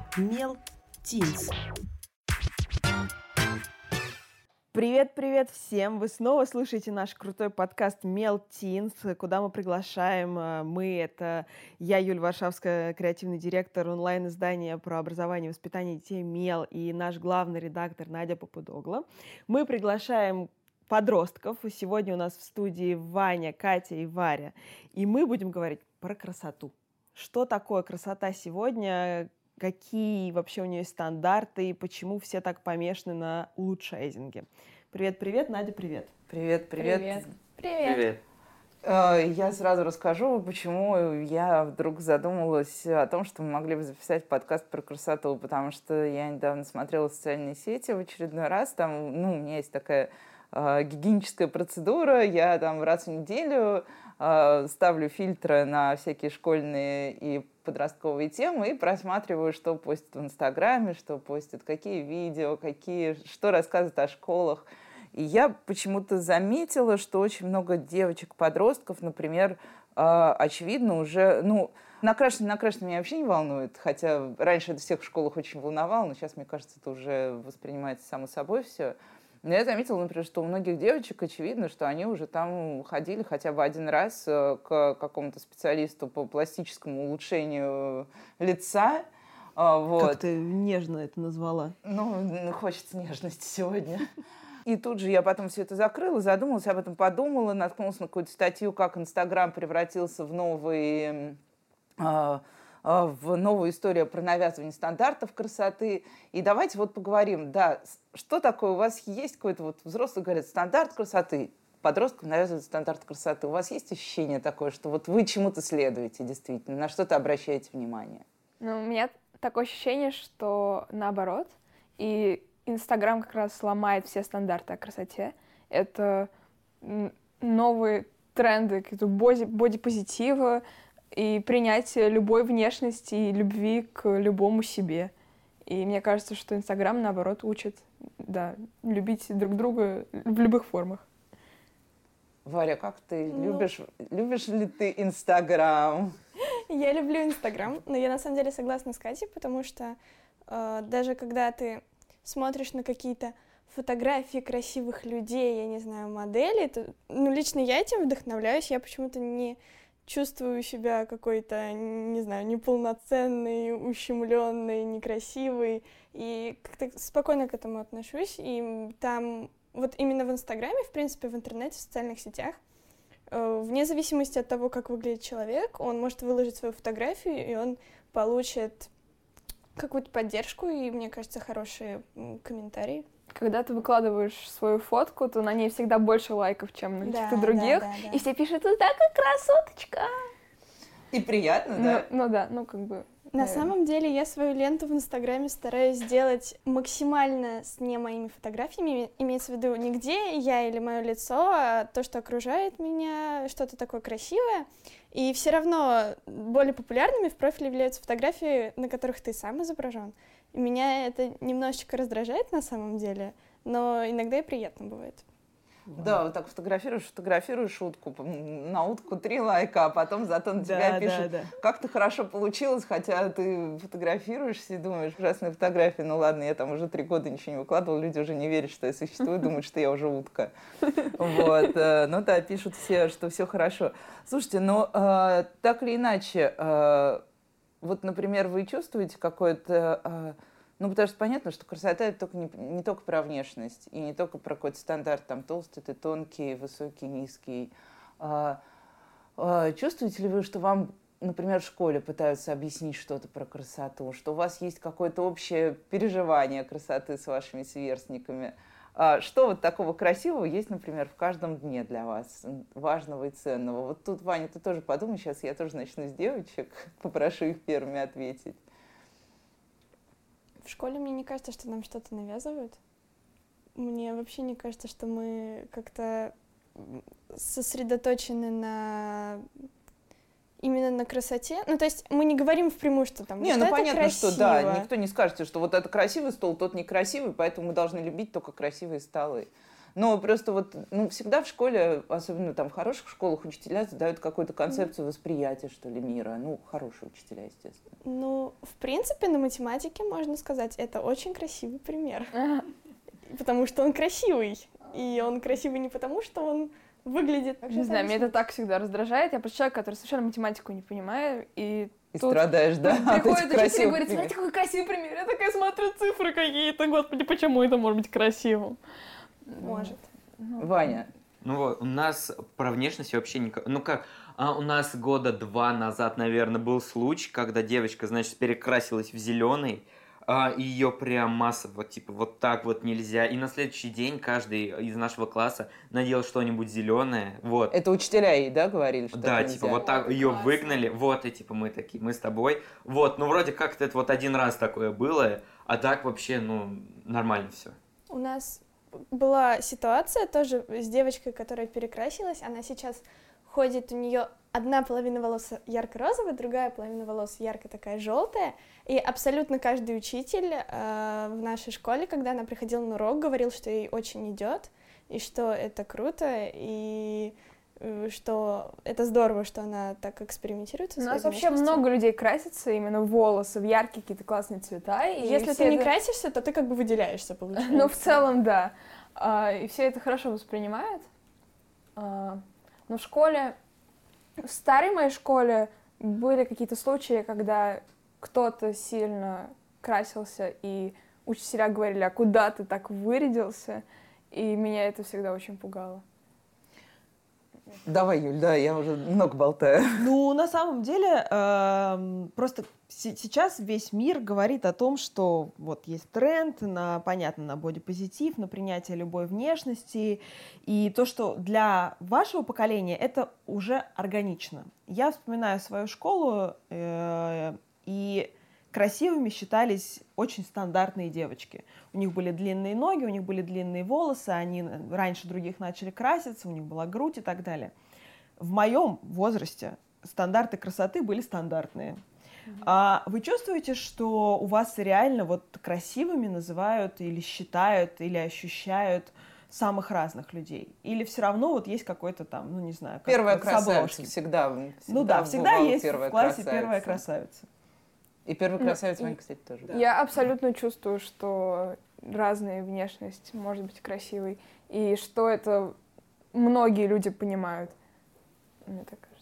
Мел Тинс. Привет всем! Вы снова слушаете наш крутой подкаст Мел Тинс, куда мы приглашаем, это я, Юлия Варшавская, креативный директор онлайн-издания про образование и воспитание детей Мел, и наш главный редактор Надя Попудогла. Мы приглашаем подростков. Сегодня у нас в студии Ваня, Катя и Варя. И мы будем говорить про красоту. Что такое красота сегодня? Какие вообще у нее есть стандарты и почему все так помешаны на улучшайзинге. Привет, Надя, привет. Привет. Я сразу расскажу, почему я вдруг задумалась о том, что мы могли бы записать подкаст про красоту, потому что я недавно смотрела социальные сети в очередной раз, там, у меня есть такая гигиеническая процедура, я там раз в неделю ставлю фильтры на всякие школьные и подростковые темы и просматриваю, что постят в Инстаграме, что постят, какие видео, что рассказывают о школах. И я почему-то заметила, что очень много девочек-подростков, например, очевидно, уже, накрашенные меня вообще не волнует, хотя раньше это всех в школах очень волновало, но сейчас, мне кажется, это уже воспринимается само собой все. Но я заметила, например, что у многих девочек очевидно, что они уже там ходили хотя бы один раз к какому-то специалисту по пластическому улучшению лица. Как ты нежно это назвала. Хочется нежности сегодня. И тут же я потом все это закрыла, задумалась об этом, подумала, наткнулась на какую-то статью, как Инстаграм превратился в новую историю про навязывание стандартов красоты. И давайте поговорим, что такое у вас есть какой-то взрослый говорит стандарт красоты, подросткам навязывают стандарт красоты. У вас есть ощущение такое, что вы чему-то следуете действительно, на что-то обращаете внимание? У меня такое ощущение, что наоборот, и Инстаграм как раз ломает все стандарты о красоте. Это новые тренды, какие-то бодипозитива, и принятие любой внешности и любви к любому себе. И мне кажется, что Инстаграм, наоборот, учит, любить друг друга в любых формах. Варя, как ты? Любишь ли ты Инстаграм? Я люблю Инстаграм, но я на самом деле согласна с Катей, потому что даже когда ты смотришь на какие-то фотографии красивых людей, я не знаю, моделей, то, лично я этим вдохновляюсь, я почему-то не чувствую себя какой-то, не знаю, неполноценной, ущемленной, некрасивой, и как-то спокойно к этому отношусь, и там, именно в Инстаграме, в принципе, в интернете, в социальных сетях, вне зависимости от того, как выглядит человек, он может выложить свою фотографию, и он получит какую-то поддержку, и, мне кажется, хорошие комментарии. Когда ты выкладываешь свою фотку, то на ней всегда больше лайков, чем на каких-то других. Да. И все пишут: «Ты такая красоточка!» И приятно, да? На самом деле я свою ленту в Инстаграме стараюсь сделать максимально с не моими фотографиями. Имеется в виду не где я или мое лицо, а то, что окружает меня, что-то такое красивое. И все равно более популярными в профиле являются фотографии, на которых ты сам изображен. И меня это немножечко раздражает на самом деле, но иногда и приятно бывает. Да, так фотографируешь утку, на утку 3 лайка, а потом зато на тебя пишут, как ты хорошо получилось, хотя ты фотографируешься и думаешь, ужасная фотография, ладно, я там уже 3 года ничего не выкладывала, люди уже не верят, что я существую, думают, что я уже утка. Пишут все, что все хорошо. Слушайте, так или иначе, например, вы чувствуете какое-то... потому что понятно, что красота — это не только про внешность, и не только про какой-то стандарт, там, толстый ты, тонкий, высокий, низкий. Чувствуете ли вы, что вам, например, в школе пытаются объяснить что-то про красоту, что у вас есть какое-то общее переживание красоты с вашими сверстниками? Что такого красивого есть, например, в каждом дне для вас, важного и ценного? Тут, Ваня, ты тоже подумай, сейчас я тоже начну с девочек, попрошу их первыми ответить. В школе мне не кажется, что нам что-то навязывают. Мне вообще не кажется, что мы как-то сосредоточены именно на красоте. То есть мы не говорим впрямую, что там это понятно, красиво. Что никто не скажет, что это красивый стол, тот некрасивый, поэтому мы должны любить только красивые столы. Но просто вот, всегда в школе, особенно там в хороших школах, учителя задают какую-то концепцию восприятия, что ли, мира. Хорошие учителя, естественно. В принципе, на математике, можно сказать, это очень красивый пример. Потому что он красивый. И он красивый не потому, что он выглядит... Не знаю, меня это так всегда раздражает. Я просто человек, который совершенно математику не понимаю, и тут страдаешь, да? приходит учитель и говорит: смотрите, какой красивый пример. Я такая смотрю, цифры какие-то, господи, почему это может быть красивым? Может. Ваня. У нас про внешность вообще никак... у нас года 2 назад, наверное, был случай, когда девочка, значит, перекрасилась в зеленый, и ее прям массово, типа, вот так вот нельзя. И на следующий день каждый из нашего класса надел что-нибудь зеленое, вот. Это учителя ей, да, говорили, что да, нельзя? типа, вот так ее выгнали, вот, и типа мы такие, мы с тобой. Вот, вроде как-то это вот один раз такое было, а так вообще, нормально все. У нас была ситуация тоже с девочкой, которая перекрасилась. Она сейчас ходит, у нее одна половина волос ярко-розовая, другая половина волос ярко такая желтая. И абсолютно каждый учитель в нашей школе, когда она приходила на урок, говорил, что ей очень идет, и что это круто, и что это здорово, что она так экспериментирует со У своей нас вообще внешностью. много людей красятся именно в волосы, в яркие какие-то классные цвета. И если ты не красишься, то ты как бы выделяешься, получается. В целом, да. И все это хорошо воспринимают. Но в школе, в старой моей школе были какие-то случаи, когда кто-то сильно красился, и учителя говорили: а куда ты так вырядился? И меня это всегда очень пугало. Давай, Юль, да, я уже много болтаю. На самом деле, просто сейчас весь мир говорит о том, что вот есть тренд на бодипозитив, на принятие любой внешности, и то, что для вашего поколения это уже органично. Я вспоминаю свою школу, и красивыми считались очень стандартные девочки. У них были длинные ноги, у них были длинные волосы, они раньше других начали краситься, у них была грудь и так далее. В моем возрасте стандарты красоты были стандартные. А вы чувствуете, что у вас реально вот красивыми называют или считают, или ощущают самых разных людей? Или все равно вот есть какой-то там, не знаю, как первая с красавица обложки? всегда. Всегда есть в классе красавица. первая красавица. И первая красавица, Ванька, кстати, тоже. Да. Я абсолютно чувствую, что разная внешность может быть красивой, и что это многие люди понимают, мне так кажется.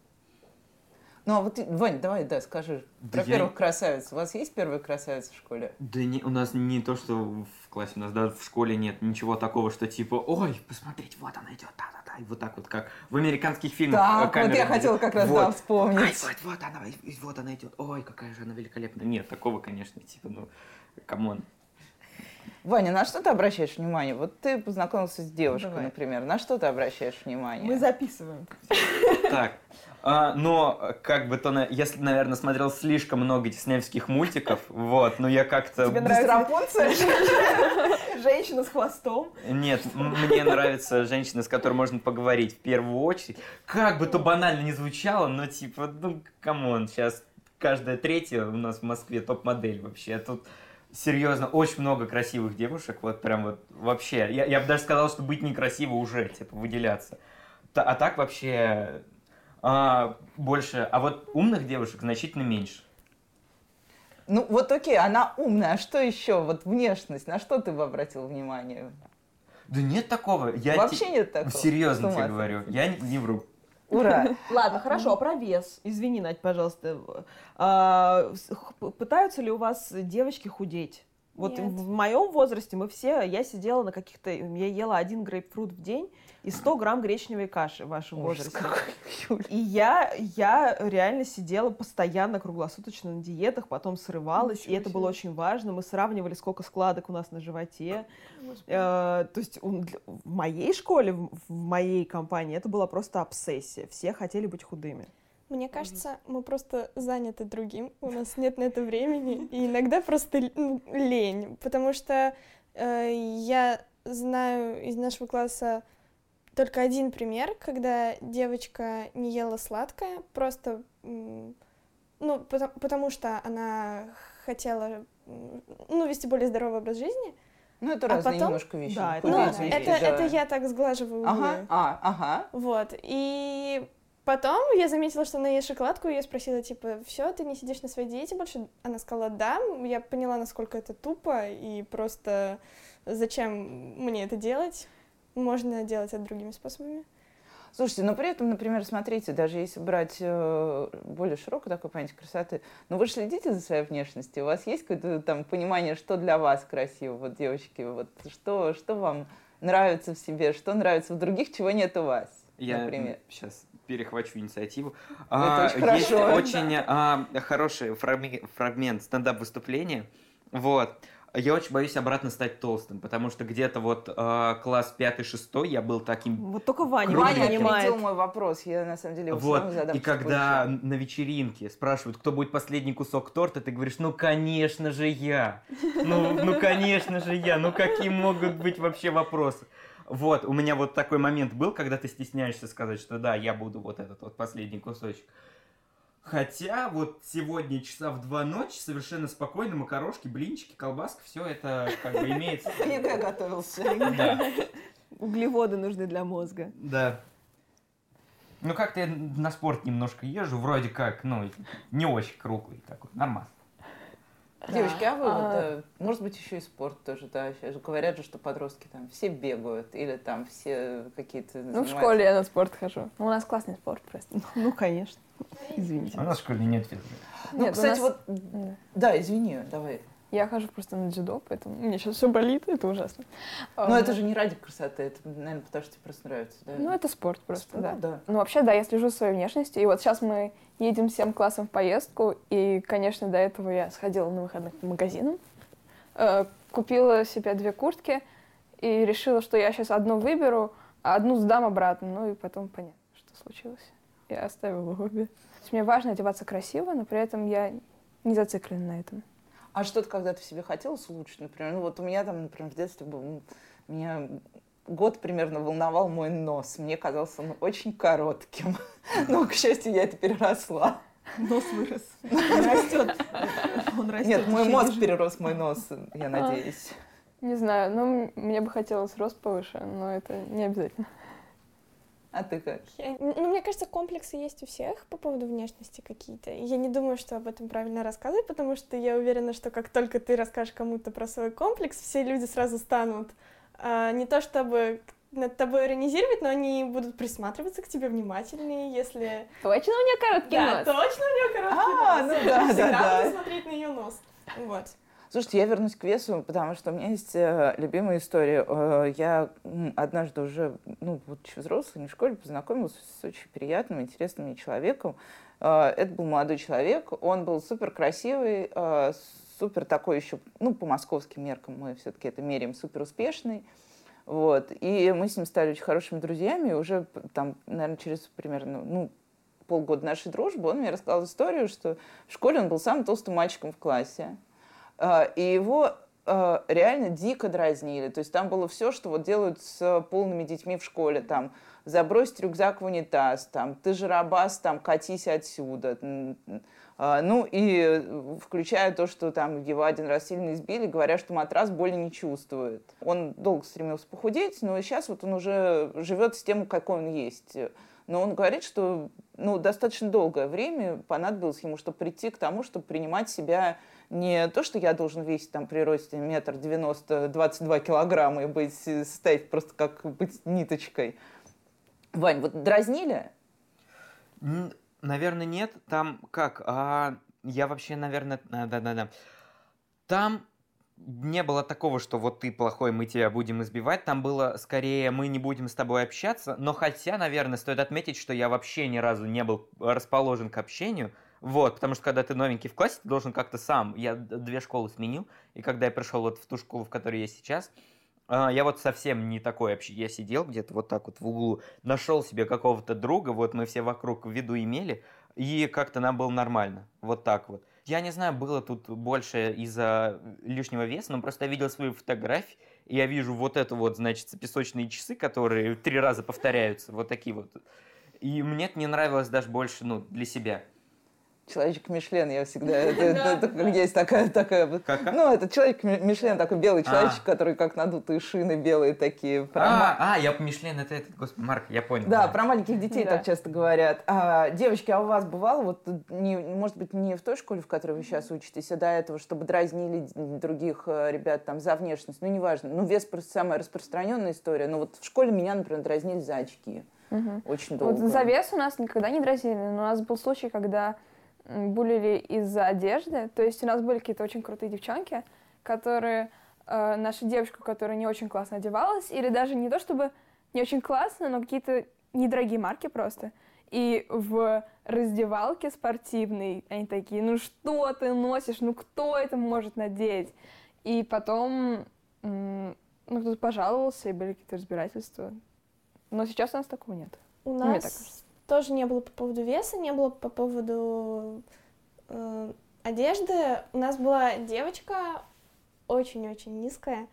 А вот, Вань, давай, скажи про первых красавиц. У вас есть первая красавица в школе? Да у нас не то, что в классе, у нас даже в школе нет ничего такого, что типа, ой, посмотрите, вот она идет, да-да-да, и вот так вот, как в американских фильмах. Так, вот я хотела как раз вспомнить. Вот она идет, ой, какая же она великолепная. Нет, такого, конечно, типа, камон. Ваня, на что ты обращаешь внимание? Вот ты познакомился с девушкой, например. На что ты обращаешь внимание? Мы записываем. Так, но как бы то, я, наверное, смотрел слишком много диснеевских мультиков, вот, но я как-то... Тебе нравится Рапунцель? Женщина с хвостом? Нет, мне нравится женщина, с которой можно поговорить в первую очередь. Как бы то банально не звучало, но типа, камон, сейчас каждая третья у нас в Москве топ-модель вообще, тут... Серьезно, очень много красивых девушек, вот прям вот вообще. Я бы даже сказал, что быть некрасиво уже, типа, выделяться. А так вообще больше. А вот умных девушек значительно меньше. Вот окей, она умная, а что еще? Вот внешность, на что ты бы обратил внимание? Да нет такого. Вообще нет такого? Серьезно тебе говорю, я не вру. Ура! Ладно, хорошо, а про вес? Извини, Надь, пожалуйста. Пытаются ли у вас девочки худеть? Вот Нет. в моем возрасте я сидела на каких-то... Я ела 1 грейпфрут в день и 100 грамм гречневой каши в вашем возрасте. И я реально сидела постоянно, круглосуточно на диетах, потом срывалась, и это было очень важно. Мы сравнивали, сколько складок у нас на животе. То есть в моей школе, в моей компании это была просто обсессия. Все хотели быть худыми. Мне кажется, мы просто заняты другим, у нас нет на это времени, и иногда просто лень, потому что я знаю из нашего класса только один пример, когда девочка не ела сладкое, просто, потому что она хотела, вести более здоровый образ жизни, Ну, это А разные потом- немножко вещи. Да, это Ну, Худые разные вещи, вещи. да. это я так сглаживаю углы. Ага. Вот, и потом я заметила, что она ест шоколадку, и я спросила, типа, все, ты не сидишь на своей диете больше? Она сказала, да. Я поняла, насколько это тупо, и просто зачем мне это делать? Можно делать это другими способами. Слушайте, но при этом, например, смотрите, даже если брать более широкое такое понятие красоты, но вы же следите за своей внешностью, у вас есть какое-то там понимание, что для вас красиво, вот, девочки, вот, что вам нравится в себе, что нравится в других, чего нет у вас, например? сейчас перехвачу инициативу. Это очень Есть хорошо. очень хороший фрагмент стендап-выступления. Вот. Я очень боюсь обратно стать толстым, потому что где-то вот класс 5-6 я был таким. Вот только Ваня Круглый. не Ваня понимает. опередил мой вопрос, я на самом деле его Вот, всё равно задам и чуть когда позже. на вечеринке спрашивают, кто будет последний кусок торта, ты говоришь, ну, конечно же, я. Ну, конечно же, я. Ну, какие могут быть вообще вопросы? Вот, у меня вот такой момент был, когда ты стесняешься сказать, что да, я буду вот этот вот последний кусочек. Хотя вот сегодня часа в 2 ночи совершенно спокойно макарошки, блинчики, колбаска, все это как бы имеется. Я готовился. Да. Углеводы нужны для мозга. Да. Ну, как-то я на спорт немножко езжу, вроде как, ну, не очень круглый такой, нормально. Девочки, а вы А- вот, может быть, еще и спорт тоже, да, сейчас же говорят же, что подростки там все бегают, или там все какие-то Ну, в занимаются. школе я на спорт хожу. Ну, у нас классный спорт просто. Ну, конечно. Извините. У нас в школе нет физры. Ну, Нет, у кстати, нас- вот, Да. да, извини, давай. Я хожу просто на дзюдо, поэтому мне сейчас все болит, это ужасно. Но это же не ради красоты, это, наверное, потому что тебе просто нравится, да? Ну, это спорт просто, Ну, да. да. Ну, вообще, да, я слежу за своей внешностью. И вот сейчас мы едем всем классом в поездку. И, конечно, до этого я сходила на выходных по магазинам. Купила себе 2 куртки. И решила, что я сейчас одну выберу, а одну сдам обратно. Ну, и потом понятно, что случилось. Я оставила обе. То есть мне важно одеваться красиво, но при этом я не зациклена на этом. А что-то когда-то в себе хотелось улучшить, например? Ну, вот у меня там, например, в детстве был, меня год примерно волновал мой нос. Мне казался он очень коротким. Но, к счастью, я это переросла. Нос вырос. Он растет. Он растет. Нет, мой в мозг течение перерос мой нос, я надеюсь. Не знаю, ну, мне бы хотелось рост повыше, но это не обязательно. А ты как? Ну, мне кажется, комплексы есть у всех по поводу внешности какие-то. И я не думаю, что об этом правильно рассказывать, потому что я уверена, что как только ты расскажешь кому-то про свой комплекс, все люди сразу станут не то чтобы над тобой иронизировать, но они будут присматриваться к тебе внимательнее, если... Точно у меня короткий Да, нос? точно у нее короткий А, нос. ну да, Всегда да. буду смотреть на ее нос. Вот. Слушайте, я вернусь к весу, потому что у меня есть любимая история. Я однажды уже, будучи взрослой, не в школе, познакомилась с очень приятным, интересным мне человеком. Это был молодой человек, он был супер красивый, супер такой еще, по московским меркам мы все-таки это меряем, супер успешный. Вот. И мы с ним стали очень хорошими друзьями, и уже там, наверное, через примерно, полгода нашей дружбы он мне рассказал историю, что в школе он был самым толстым мальчиком в классе. И его реально дико дразнили. То есть там было все, что вот делают с полными детьми в школе. Там забросить рюкзак в унитаз, там ты жиробас, там катись отсюда. И включая то, что там его один раз сильно избили, говоря, что матрас боли не чувствует. Он долго стремился похудеть, но сейчас вот он уже живет с тем, какой он есть. Но он говорит, что достаточно долгое время понадобилось ему, чтобы прийти к тому, чтобы принимать себя не то, что я должен весить там при росте 1,90 м 22 килограмма и состоять просто как быть ниточкой. Вань, вот дразнили? Наверное, нет. Там как? Я вообще, наверное... Да. Там не было такого, что вот ты плохой, мы тебя будем избивать. Там было скорее, мы не будем с тобой общаться. Но хотя, наверное, стоит отметить, что я вообще ни разу не был расположен к общению. Вот, потому что когда ты новенький в классе, ты должен как-то сам. Я 2 школы сменил, и когда я пришел вот в ту школу, в которой я сейчас, я вот совсем не такой вообще. Я сидел где-то вот так вот в углу, нашел себе какого-то друга, вот мы все вокруг в виду имели, и как-то нам было нормально. Вот так вот. Я не знаю, было тут больше из-за лишнего веса, но просто я видел свои фотографии, и я вижу вот это вот, значит, песочные часы, которые 3 раза повторяются, вот такие вот. И мне это не нравилось даже больше, для себя. Человечек Мишлен, я всегда... Это как есть такая... Ну, это человек Мишлен, такой белый человечек, который как надутые шины белые такие. Я Мишлен, это этот, господи, Марк, я понял. Да, про маленьких детей так часто говорят. Девочки, а у вас бывало, вот, может быть, не в той школе, в которой вы сейчас учитесь, а до этого, чтобы дразнили других ребят там за внешность, ну, неважно, ну, вес просто самая распространенная история, но вот в школе меня, например, дразнили за очки. Очень долго. Вот за вес у нас никогда не дразнили, но у нас был случай, когда булили из-за одежды. То есть у нас были какие-то очень крутые девчонки, которые нашу девочку, которая не очень классно одевалась, или даже не то чтобы не очень классно, но какие-то недорогие марки просто. И в раздевалке спортивной они такие: ну что ты носишь, ну кто это может надеть? И потом кто-то пожаловался, и были какие-то разбирательства. Но сейчас у нас такого нет. У нас тоже не было по поводу веса, не было по поводу одежды. У нас была девочка очень-очень низкая,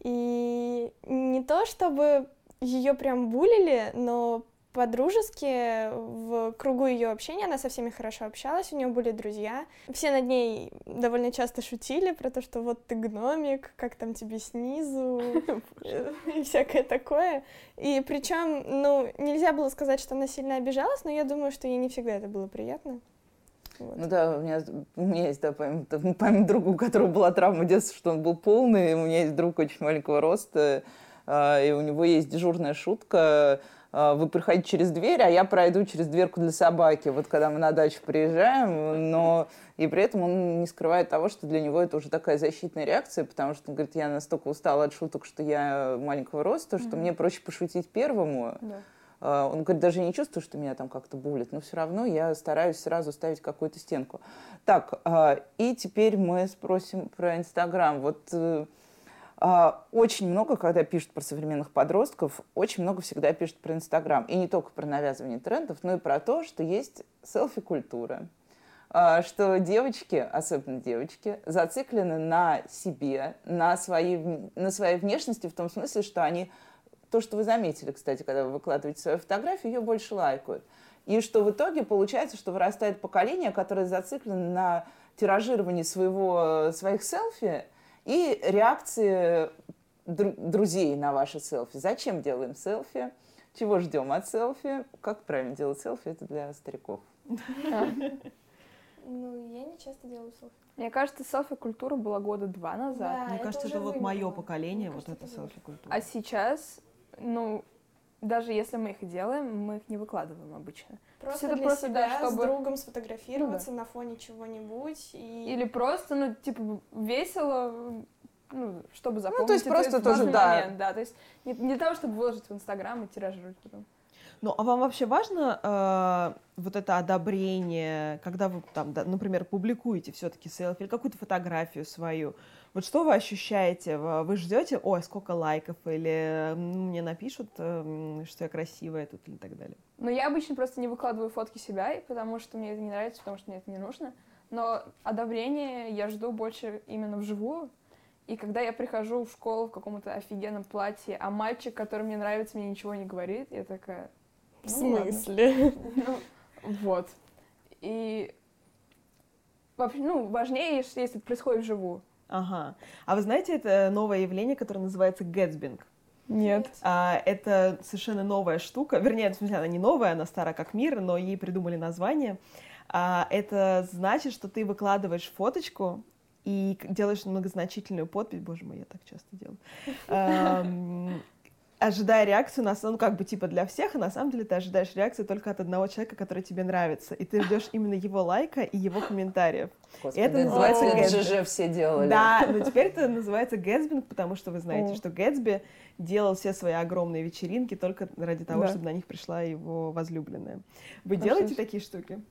и не то чтобы ее прям булили, но по-дружески в кругу ее общения она со всеми хорошо общалась, у нее были друзья. Все над ней довольно часто шутили про то, что вот ты гномик, как там тебе снизу, и всякое такое. И причем, нельзя было сказать, что она сильно обижалась, но я думаю, что ей не всегда это было приятно. Вот. Ну да, у меня есть, помимо друга, у которого была травма детства, что он был полный, у меня есть друг очень маленького роста, и у него есть дежурная шутка: вы проходите через дверь, а я пройду через дверку для собаки, вот когда мы на дачу приезжаем, но и при этом он не скрывает того, что для него это уже такая защитная реакция, потому что он говорит: я настолько устала от шуток, что я маленького роста, что мне проще пошутить первому. Он говорит: даже не чувствую, что меня там как-то булит, но все равно я стараюсь сразу ставить какую-то стенку. Так, и теперь мы спросим про Инстаграм. Вот очень много, когда пишут про современных подростков, очень много всегда пишут про Инстаграм. И не только про навязывание трендов, но и про то, что есть селфи-культура. Что девочки, особенно девочки, зациклены на себе, на своей внешности, в том смысле, что они... То, что вы заметили, кстати, когда вы выкладываете свою фотографию, ее больше лайкают. И что в итоге получается, что вырастает поколение, которое зациклено на тиражировании своих селфи и реакции друзей на ваши селфи. Зачем делаем селфи? Чего ждем от селфи? Как правильно делать селфи? Это для стариков. Я не часто делаю селфи. Мне кажется, селфи-культура была 2 года назад. Да, Мне кажется, это вот вымерло. мое поколение, Мне вот кажется, это это селфи-культура. А сейчас, даже если мы их делаем, мы их не выкладываем обычно. Просто это для просто, себя, да, чтобы... с другом сфотографироваться на фоне чего-нибудь. Или просто, весело, чтобы запомнить. то есть просто тоже, момент, да. То есть не для того, чтобы выложить в Инстаграм и тиражировать потом. Ну, а вам вообще важно вот это одобрение, когда вы там, например, публикуете все-таки селфи или какую-то фотографию свою? Вот что вы ощущаете? Вы ждете, ой, сколько лайков, или мне напишут, что я красивая тут, или так далее? Ну, я обычно просто не выкладываю фотки себя, потому что мне это не нравится, потому что мне это не нужно. Но одобрение я жду больше именно вживую. И когда я прихожу в школу в каком-то офигенном платье, а мальчик, который мне нравится, мне ничего не говорит, я такая... В смысле? Вот. И важнее, если это происходит вживую. Ага. А вы знаете, это новое явление, которое называется гэтсбинг? Нет. Это совершенно новая штука. Вернее, в смысле, она не новая, она стара как мир, но ей придумали название. Это значит, что ты выкладываешь фоточку и делаешь многозначительную подпись. Боже мой, я так часто делаю. Ожидая реакцию, для всех, а на самом деле ты ожидаешь реакции только от одного человека, который тебе нравится. И ты ждешь именно его лайка и его комментариев. Господи, это называется гэтсбинг. ЖЖ все делали. Да, но теперь это называется гэтсбинг, потому что вы знаете, что Гэтсби делал все свои огромные вечеринки только ради того, чтобы на них пришла его возлюбленная. Вы делаете такие штуки?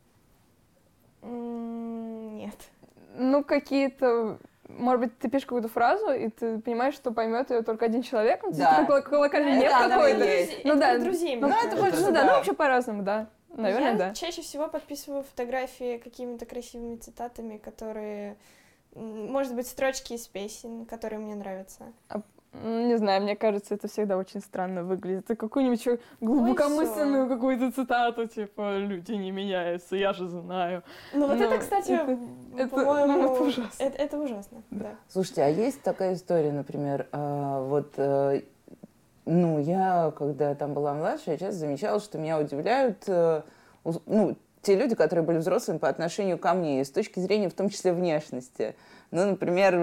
Нет. Какие-то... Может быть, ты пишешь какую-то фразу, и ты понимаешь, что поймет ее только один человек, Да. такой локальный мем Да, какой-то. Это друзей. Это больше, вообще по-разному, да. Наверное, да. Я чаще всего подписываю фотографии какими-то красивыми цитатами, которые, может быть, строчки из песен, которые мне нравятся. Не знаю, мне кажется, это всегда очень странно выглядит. Это какую-нибудь глубокомысленную какую-то цитату, типа «люди не меняются, я же знаю». Ну вот это, кстати, по-моему, это ужасно. Это ужасно, да. Слушайте, а есть такая история, например, ну, я, когда там была младше, я часто замечала, что меня удивляют, те люди, которые были взрослыми по отношению ко мне, и с точки зрения, в том числе, внешности. Ну, например,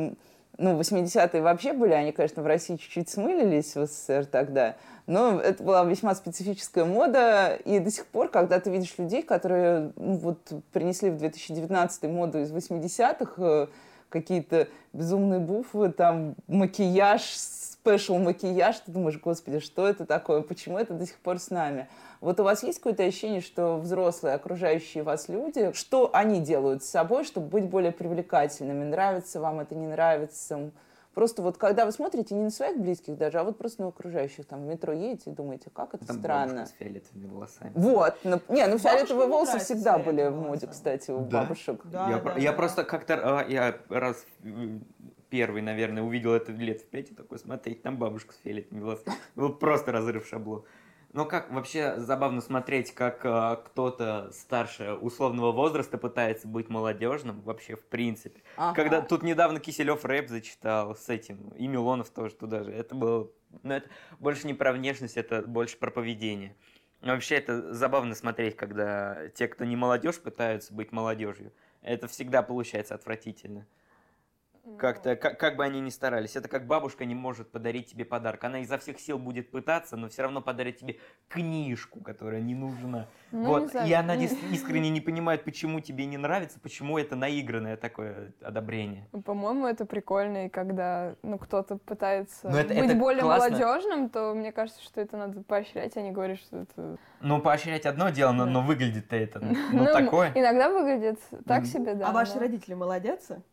80-е вообще были, они, конечно, в России чуть-чуть смылились в СССР тогда, но это была весьма специфическая мода, и до сих пор, когда ты видишь людей, которые принесли в 2019 моду из 80-х, какие-то безумные буфы, там, макияж, спешл-макияж, ты думаешь, господи, что это такое, почему это до сих пор с нами? Вот у вас есть какое-то ощущение, что взрослые, окружающие вас люди, что они делают с собой, чтобы быть более привлекательными? Нравится вам это, не нравится? Просто вот когда вы смотрите не на своих близких даже, а вот просто на окружающих, там в метро едете и думаете, как это там странно. Бабушка с фиолетовыми волосами. Вот. Фиолетовые волосы нравится всегда с были в фиолетовыми моде, волосами. кстати, у Да? бабушек. Я просто как-то, я раз первый, наверное, увидел это лет в 5 и такой, смотреть, там бабушка с фиолетовыми волосами. Был просто разрыв шаблона. Но как вообще забавно смотреть, как кто-то старше условного возраста пытается быть молодежным, вообще в принципе. Ага. Когда тут недавно Киселев рэп зачитал с этим, и Милонов тоже туда же. Это было, это больше не про внешность, это больше про поведение. Но вообще это забавно смотреть, когда те, кто не молодежь, пытаются быть молодежью. Это всегда получается отвратительно. Как-то, как бы они ни старались. Это как бабушка не может подарить тебе подарок. Она изо всех сил будет пытаться, но все равно подарит тебе книжку, которая не нужна. Вот. И она искренне не понимает, почему тебе не нравится, почему это наигранное такое одобрение. По-моему, это прикольно, и когда кто-то пытается быть это более классно. молодежным, то мне кажется, что это надо поощрять, а не говорить, что это... Ну, поощрять одно дело, но выглядит-то это такое. Иногда выглядит так себе, да. А ваши родители молодятся?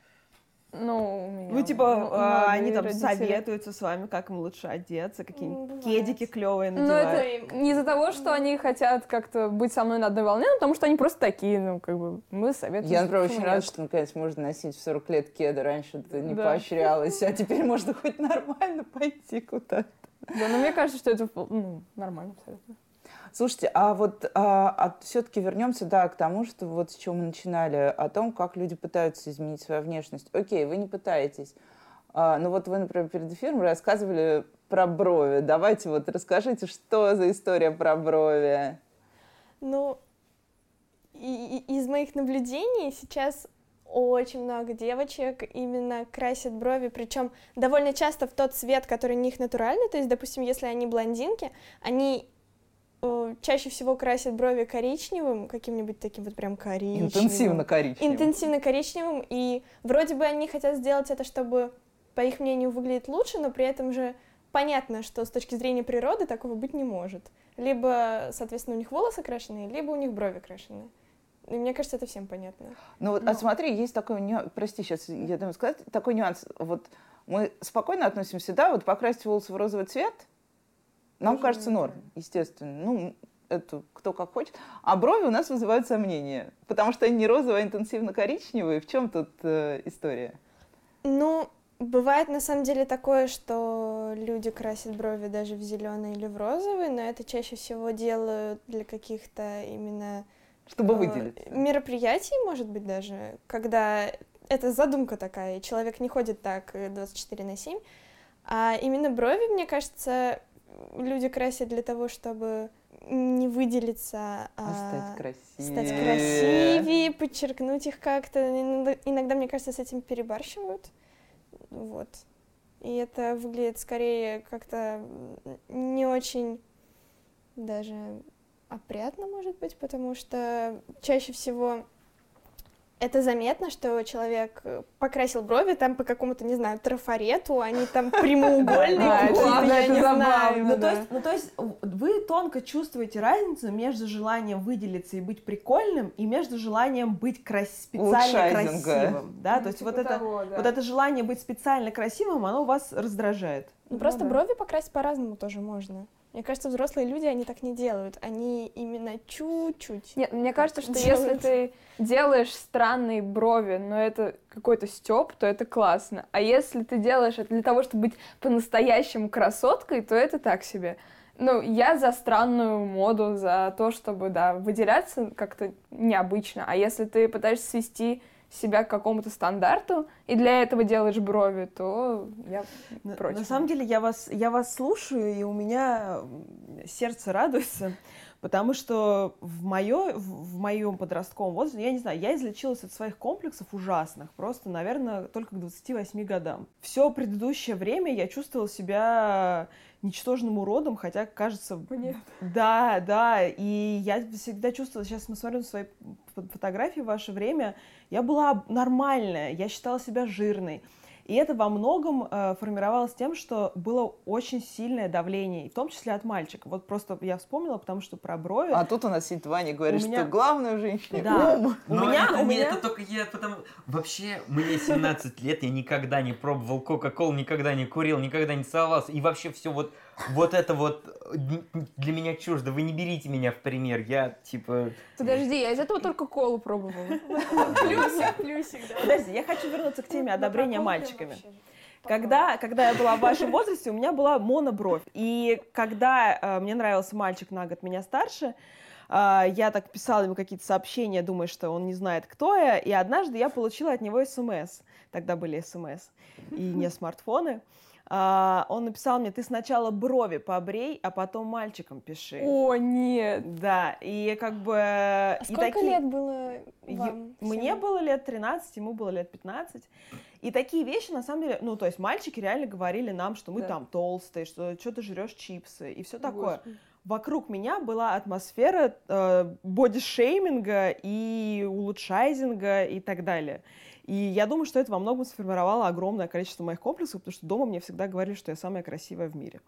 Ну, у меня Ну, типа, молодые они там родители. советуются с вами, как им лучше одеться, какие-нибудь Бывает. кедики клевые Ну, надевают. это не из-за того, что они хотят как-то быть со мной на одной волне, но потому что они просто такие, мы советуем. Я, например, очень почему рада, нет? что наконец можно носить в 40 лет кеды. Раньше это не Да. поощрялось, а теперь можно хоть нормально пойти куда-то. Да, но мне кажется, что это нормально абсолютно. Слушайте, а вот все-таки вернемся, да, к тому, что вот с чего мы начинали, о том, как люди пытаются изменить свою внешность. Окей, вы не пытаетесь. Ну вот вы, например, перед эфиром рассказывали про брови. Давайте вот расскажите, что за история про брови. Ну, из моих наблюдений сейчас очень много девочек именно красят брови, причем довольно часто в тот цвет, который у них натуральный. То есть, допустим, если они блондинки, они чаще всего красят брови коричневым, каким-нибудь таким вот прям коричневым. Интенсивно коричневым. Интенсивно коричневым, и вроде бы они хотят сделать это, чтобы, по их мнению, выглядеть лучше, но при этом же понятно, что с точки зрения природы такого быть не может. Либо, соответственно, у них волосы крашеные, либо у них брови крашеные. И мне кажется, это всем понятно. Ну вот, а смотри, есть такой нюанс, прости, сейчас я думаю сказать, такой нюанс. Вот мы спокойно относимся, да, вот покрасить волосы в розовый цвет, нам Тоже кажется норм, естественно. Ну, это кто как хочет. А брови у нас вызывают сомнения, потому что они не розовые, а интенсивно-коричневые. В чем тут история? Ну, бывает на самом деле такое, что люди красят брови даже в зеленый или в розовый, но это чаще всего делают для каких-то именно Чтобы выделиться. мероприятий, может быть, даже, когда это задумка такая, и человек не ходит так 24/7. А именно брови, мне кажется, люди красят для того, чтобы не выделиться, Стать красивее. стать красивее, подчеркнуть их как-то. Иногда, мне кажется, с этим перебарщивают. Вот. И это выглядит скорее как-то не очень даже опрятно, может быть, потому что чаще всего это заметно, что человек покрасил брови там по какому-то, не знаю, трафарету, они там прямоугольные, я не знаю. Ну, то есть вы тонко чувствуете разницу между желанием выделиться и быть прикольным и между желанием быть специально Лучшайзинга. красивым, да? То есть вот это желание быть специально красивым, оно вас раздражает. Ну, просто да. брови покрасить по-разному тоже можно. Мне кажется, взрослые люди, они так не делают. Они именно чуть-чуть. Нет, мне кажется, что делают. если ты делаешь странные брови, но это какой-то стёб, то это классно. А если ты делаешь это для того, чтобы быть по-настоящему красоткой, то это так себе. Ну, я за странную моду, за то, чтобы, да, выделяться как-то необычно. А если ты пытаешься свести себя к какому-то стандарту и для этого делаешь брови, то я против. На самом деле я вас слушаю, и у меня сердце радуется, потому что в моем подростковом возрасте, я не знаю, я излечилась от своих комплексов ужасных, просто, наверное, только к 28 годам. Все предыдущее время я чувствовала себя ничтожным уродом, хотя, кажется... Нет. Да, и я всегда чувствовала, сейчас мы смотрим свои фотографии в ваше время, я была нормальная, я считала себя жирной. И это во многом формировалось тем, что было очень сильное давление, и в том числе от мальчика. Вот просто я вспомнила, потому что про брови... А тут у нас сидит Ваня и говорит, что главное в женщине Да. ум. Но это только я, потому... Вообще, мне 17 лет, я никогда не пробовал Кока-Колу, никогда не курил, никогда не целовался. И вообще все вот это вот для меня чуждо. Вы не берите меня в пример. Я, типа... Подожди, я из этого только колу пробовала. Плюсик, да. Подожди, я хочу вернуться к теме одобрения мальчиками. Когда я была в вашем возрасте, у меня была монобровь. И когда мне нравился мальчик на год меня старше, я так писала ему какие-то сообщения, думая, что он не знает, кто я. И однажды я получила от него СМС. Тогда были СМС и не смартфоны. Он написал мне: ты сначала брови побрей, а потом мальчикам пиши. О, нет. Да, и как бы... А сколько лет было вам? Мне было лет 13, ему было лет 15. И такие вещи, на самом деле, ну, то есть мальчики реально говорили нам, что мы там толстые, что ты жрешь чипсы и все такое. Господи. Вокруг меня была атмосфера бодишейминга и улучшайзинга и так далее. И я думаю, что это во многом сформировало огромное количество моих комплексов, потому что дома мне всегда говорили, что я самая красивая в мире.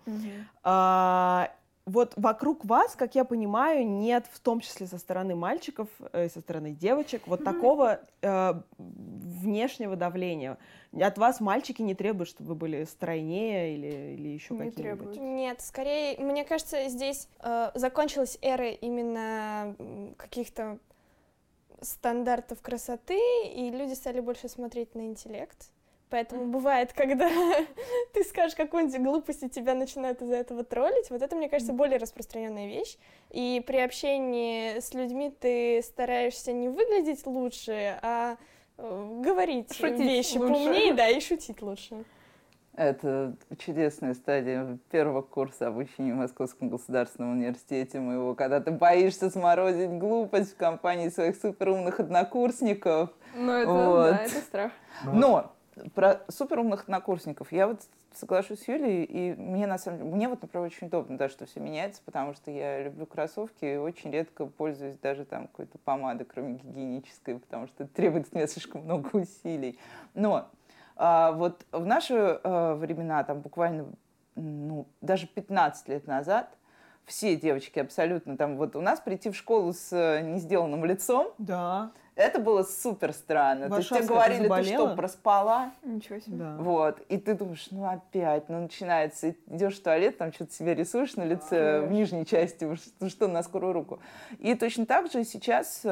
Вот вокруг вас, как я понимаю, нет, в том числе со стороны мальчиков, со стороны девочек, вот такого внешнего давления. От вас мальчики не требуют, чтобы вы были стройнее или еще Не какие-нибудь. Нет, скорее, мне кажется, здесь закончилась эра именно каких-то стандартов красоты, и люди стали больше смотреть на интеллект. Поэтому бывает, когда ты скажешь какую-нибудь глупость, и тебя начинают из-за этого троллить. Вот это, мне кажется, более распространенная вещь. И при общении с людьми ты стараешься не выглядеть лучше, а говорить Шутить вещи лучше. поумнее, да, и шутить лучше. Это чудесная стадия первого курса обучения в Московском государственном университете моего, когда ты боишься сморозить глупость в компании своих суперумных однокурсников. Ну, это, Вот. да, это страх. Но про суперумных однокурсников я вот соглашусь с Юлей, и мне, на самом деле, мне вот, например, очень удобно, да, что все меняется, потому что я люблю кроссовки и очень редко пользуюсь даже там какой-то помадой, кроме гигиенической, потому что это требует от меня слишком много усилий. Но вот в наши времена, там буквально, ну, даже 15 лет назад, все девочки абсолютно, там вот у нас прийти в школу с не сделанным лицом, Да. это было супер странно. То есть тебе Варшавская, говорили, ты ты что, заболела? проспала? Ничего себе. Да. Вот, и ты думаешь, ну опять, ну начинается, и идешь в туалет, там что-то себе рисуешь на лице, в нижней части, что на скорую руку. И точно так же сейчас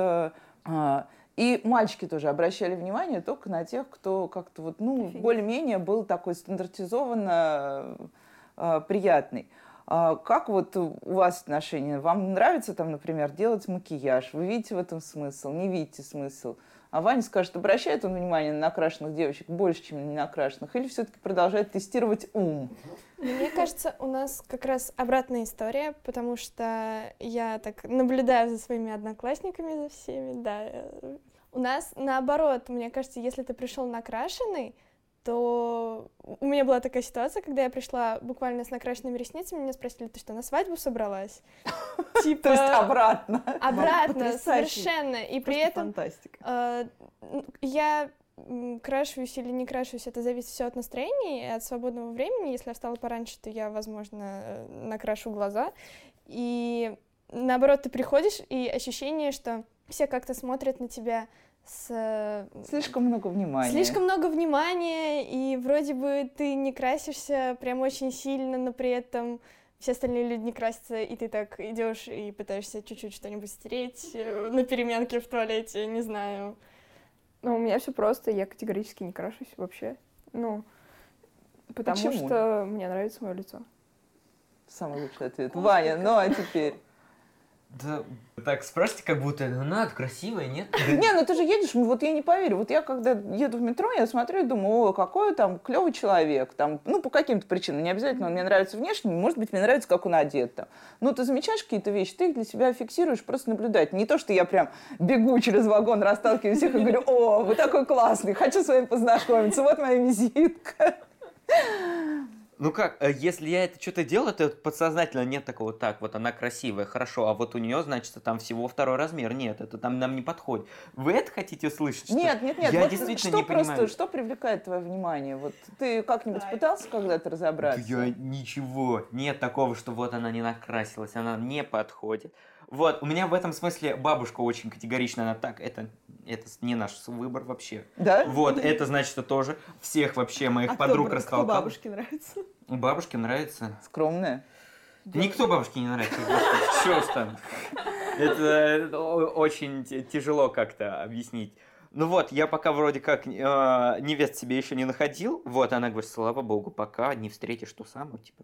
и мальчики тоже обращали внимание только на тех, кто как-то вот, ну, более-менее был такой стандартизованно приятный. Как вот у вас отношения? Вам нравится там, например, делать макияж? Вы видите в этом смысл? Не видите смысл? А Ваня скажет, обращает он внимание на накрашенных девочек больше, чем на ненакрашенных? Или все-таки продолжает тестировать ум? Мне кажется, у нас как раз обратная история, потому что я так наблюдаю за своими одноклассниками, за всеми, да. У нас наоборот, мне кажется, если ты пришел накрашенный, то у меня была такая ситуация, когда я пришла буквально с накрашенными ресницами, меня спросили, ты что, на свадьбу собралась? Типа... То есть обратно. Обратно, Потрясающе. совершенно. И при Просто этом фантастика. я крашусь или не крашусь, это зависит все от настроения и от свободного времени. Если я встала пораньше, то я, возможно, накрашу глаза. И наоборот, ты приходишь, и ощущение, что все как-то смотрят на тебя Слишком много внимания. Слишком много внимания, и вроде бы ты не красишься прям очень сильно, но при этом все остальные люди не красятся, и ты так идешь и пытаешься чуть-чуть что-нибудь стереть на переменке в туалете, не знаю. Ну, у меня все просто, я категорически не крашусь вообще. Ну, потому Почему? что мне нравится мое лицо. Самый лучший ответ. Ваня, ну а теперь? Да, так спрашивайте, как будто, ну надо, красивая, нет? Не, ну ты же едешь, вот я не поверю. Вот я когда еду в метро, я смотрю и думаю, о, какой там клевый человек. Там, ну, по каким-то причинам. Не обязательно он мне нравится внешне, может быть, мне нравится, как он одет там. Ну, ты замечаешь какие-то вещи, ты их для себя фиксируешь, просто наблюдать. Не то, что я прям бегу через вагон, расталкиваю всех и говорю, о, вы такой классный, хочу с вами познакомиться, вот моя визитка. Ну как, если я это что-то делаю, то подсознательно нет такого, так, вот она красивая, хорошо, а вот у нее, значит, там всего 2 размер. Нет, это там нам не подходит. Вы это хотите услышать? Что Нет. Я Вот действительно что не просто, понимаю. что привлекает твое внимание? Вот ты как-нибудь пытался когда-то разобраться? Да я ничего. Нет такого, что вот она не накрасилась, она не подходит. Вот, у меня в этом смысле бабушка очень категорична, она так, это не наш выбор вообще. Да? Вот, это значит, что тоже всех вообще моих А подруг кто растолкал. бабушке нравится? Бабушке нравится. Скромная. Никто бабушке не нравится. Что ж там? Это очень тяжело как-то объяснить. Ну вот, я пока вроде как невест себе еще не находил. Вот, она говорит, слава богу, пока не встретишь ту самую. Типа,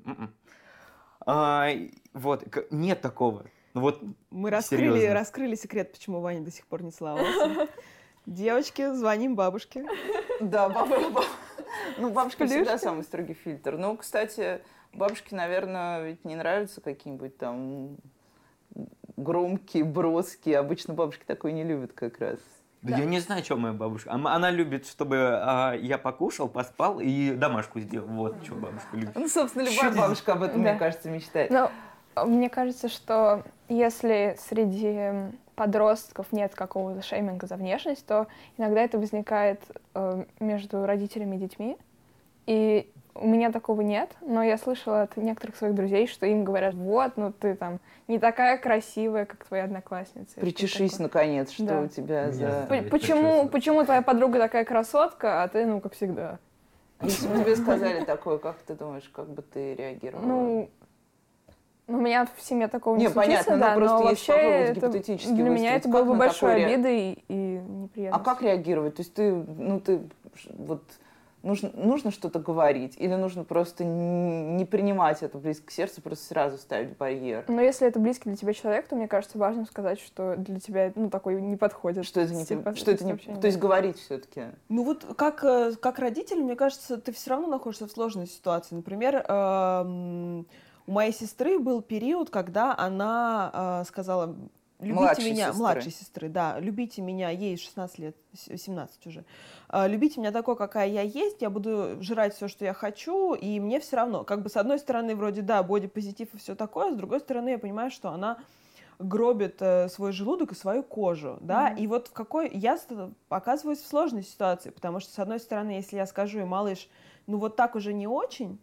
вот, нет такого. Ну вот, Мы серьезно. раскрыли секрет, почему Ваня до сих пор не целовался. Девочки, звоним бабушке. Да, ну, бабушка всегда самый строгий фильтр. Ну, кстати, бабушке, наверное, ведь не нравятся какие-нибудь там громкие, броские. Обычно бабушки такое не любят как раз. Да я не знаю, что моя бабушка. Она любит, чтобы я покушал, поспал и домашку сделал. Вот, что бабушка любит. Ну, собственно, любая бабушка об этом, мне кажется, мечтает. Ну, мне кажется, что если среди подростков нет какого-то шейминга за внешность, то иногда это возникает между родителями и детьми. И у меня такого нет, но я слышала от некоторых своих друзей, что им говорят, вот, ну ты там не такая красивая, как твоя одноклассница. Причешись, наконец, что Да. у тебя за... Почему твоя подруга такая красотка, а ты, ну, как всегда? Если бы тебе сказали такое, как ты думаешь, как бы ты реагировала? Ну, у меня в семье такого не случится, понятно, да, но просто но если вообще попробовать это, гипотетически для меня выстроить, это как было бы на большой такой обидой и неприятностью. А как реагировать? То есть ты вот нужно что-то говорить или нужно просто не принимать это близко к сердцу, просто сразу ставить барьер? Но если это близкий для тебя человек, то мне кажется важно сказать, что для тебя такой не подходит. Что это не... То есть говорить все-таки. Ну вот как родитель, мне кажется, ты все равно находишься в сложной ситуации. Например, у моей сестры был период, когда она сказала, любите меня, младшей сестры, да, любите меня, ей 16 лет, 17 уже, любите меня такой, какая я есть, я буду жрать все, что я хочу, и мне все равно. Как бы с одной стороны, вроде, да, бодипозитив и все такое, с другой стороны, я понимаю, что она гробит свой желудок и свою кожу, да, и вот я оказываюсь в сложной ситуации, потому что, с одной стороны, если я скажу ей, малыш, ну вот так уже не очень,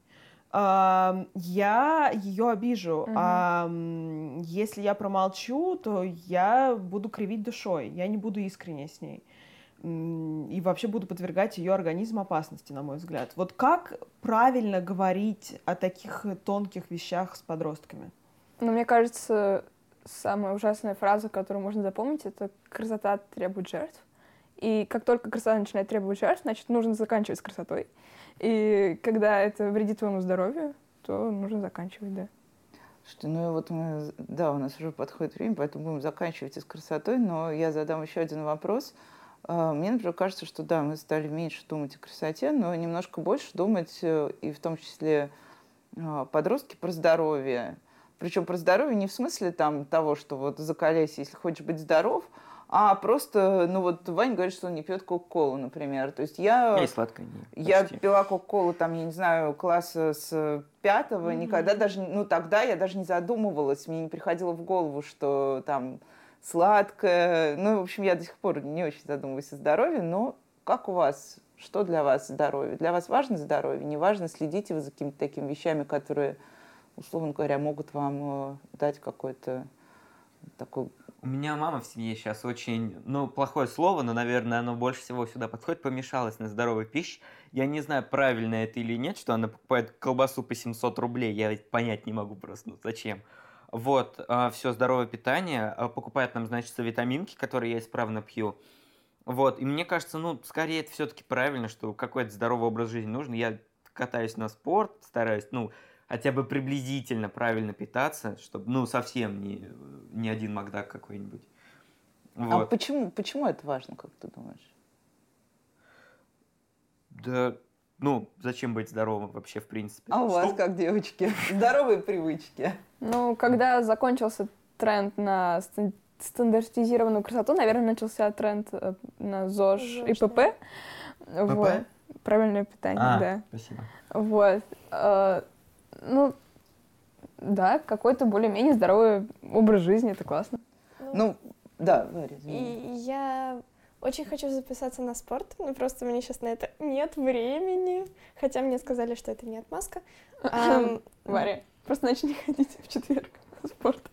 я ее обижу. Если я промолчу, то я буду кривить душой, я не буду искренне с ней. И вообще буду подвергать ее организм опасности, на мой взгляд. Вот как правильно говорить о таких тонких вещах с подростками? Ну, мне кажется, самая ужасная фраза, которую можно запомнить, это «красота требует жертв». И как только красота начинает требовать жертв, значит, нужно заканчивать с красотой. И когда это вредит твоему здоровью, то нужно заканчивать, да. Что, ну вот у нас уже подходит время, поэтому будем заканчивать и с красотой, но я задам еще один вопрос. Мне, например, кажется, что да, мы стали меньше думать о красоте, но немножко больше думать, и в том числе подростки, про здоровье. Причем про здоровье не в смысле там того, что вот закаляйся, если хочешь быть здоров, а просто, ну вот Ваня говорит, что он не пьет кока-колу, например. То есть я и сладкое не. Я пила кока-колу, там, я не знаю, класса с 5-го, никогда даже, ну тогда я даже не задумывалась, мне не приходило в голову, что там сладкое. Ну, в общем, я до сих пор не очень задумываюсь о здоровье, но как у вас? Что для вас здоровье? Для вас важно здоровье? Не важно, следите вы за какими-то такими вещами, которые, условно говоря, могут вам дать какой-то такой... У меня мама в семье сейчас очень, плохое слово, но, наверное, оно больше всего сюда подходит, помешалась на здоровой пище. Я не знаю, правильно это или нет, что она покупает колбасу по 700 рублей, я ведь понять не могу просто, зачем. Вот, все здоровое питание, покупает нам, значит, витаминки, которые я исправно пью. Вот, и мне кажется, скорее это все-таки правильно, что какой-то здоровый образ жизни нужен. Я катаюсь на спорт, стараюсь, хотя бы приблизительно правильно питаться, чтобы, совсем не один Макдак какой-нибудь. Вот. А почему это важно, как ты думаешь? Да, зачем быть здоровым вообще, в принципе? А у вас как, девочки? Здоровые привычки? Когда закончился тренд на стандартизированную красоту, наверное, начался тренд на ЗОЖ и ПП. Вот. Правильное питание, да. Спасибо. Вот. Да, какой-то более-менее здоровый образ жизни, это классно. Да, Варя, И я очень хочу записаться на спорт, но просто у меня сейчас на это нет времени, хотя мне сказали, что это не отмазка. Варя, просто начни ходить в четверг на спорт.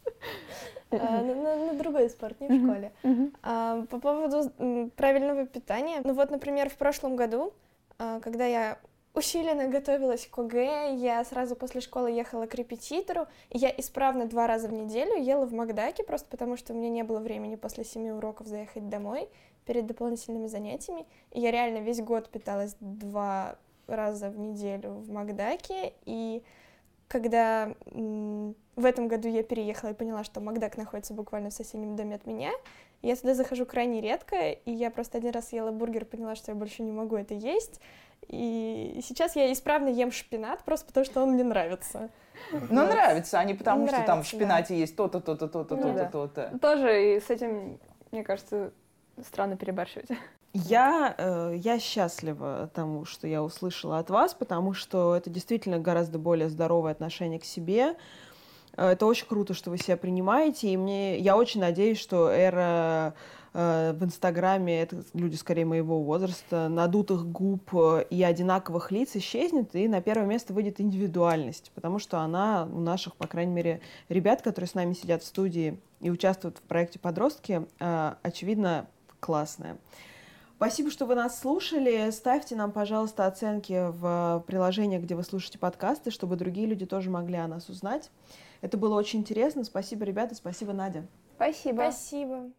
На другой спорт, не в школе. По поводу правильного питания. Например, в прошлом году, когда я усиленно готовилась к ОГЭ, я сразу после школы ехала к репетитору, и я исправно 2 раза в неделю ела в Макдаке, просто потому что у меня не было времени после 7 уроков заехать домой перед дополнительными занятиями. И я реально весь год питалась 2 раза в неделю в Макдаке, и когда в этом году я переехала и поняла, что Макдак находится буквально в соседнем доме от меня, я туда захожу крайне редко, и я просто 1 раз съела бургер, поняла, что я больше не могу это есть. И сейчас я исправно ем шпинат, просто потому что он мне нравится. Нравится, а не потому, что там в Нравится, шпинате есть то-то, то-то, то-то, то-то, то-то. Тоже и с этим, мне кажется, странно перебарщивать. Я счастлива тому, что я услышала от вас, потому что это действительно гораздо более здоровое отношение к себе. Это очень круто, что вы себя принимаете, и я очень надеюсь, что эра в Инстаграме, это люди скорее моего возраста, надутых губ и одинаковых лиц исчезнет, и на первое место выйдет индивидуальность, потому что она у наших, по крайней мере, ребят, которые с нами сидят в студии и участвуют в проекте «Подростки», очевидно, классная. Спасибо, что вы нас слушали. Ставьте нам, пожалуйста, оценки в приложениях, где вы слушаете подкасты, чтобы другие люди тоже могли о нас узнать. Это было очень интересно. Спасибо, ребята. Спасибо, Надя. Спасибо. Спасибо.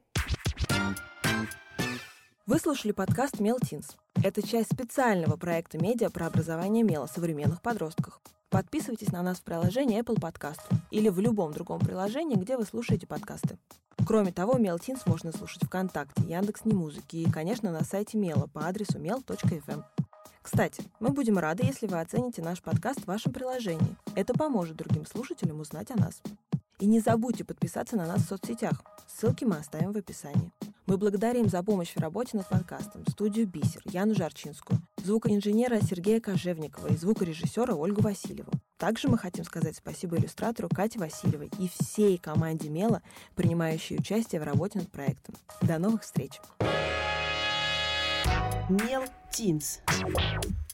Вы слушали подкаст «Мел Тинс». Это часть специального проекта медиа про образование МЕЛа современных подростках. Подписывайтесь на нас в приложении Apple Podcast или в любом другом приложении, где вы слушаете подкасты. Кроме того, Мел Тинс можно слушать ВКонтакте, Яндекс.Музыке и, конечно, на сайте Мела по адресу mel.fm. Кстати, мы будем рады, если вы оцените наш подкаст в вашем приложении. Это поможет другим слушателям узнать о нас. И не забудьте подписаться на нас в соцсетях. Ссылки мы оставим в описании. Мы благодарим за помощь в работе над подкастом студию «Бисер» Яну Жарчинскую, звукоинженера Сергея Кожевникова и звукорежиссера Ольгу Васильеву. Также мы хотим сказать спасибо иллюстратору Кате Васильевой и всей команде Мела, принимающей участие в работе над проектом. До новых встреч! Мел Тинс.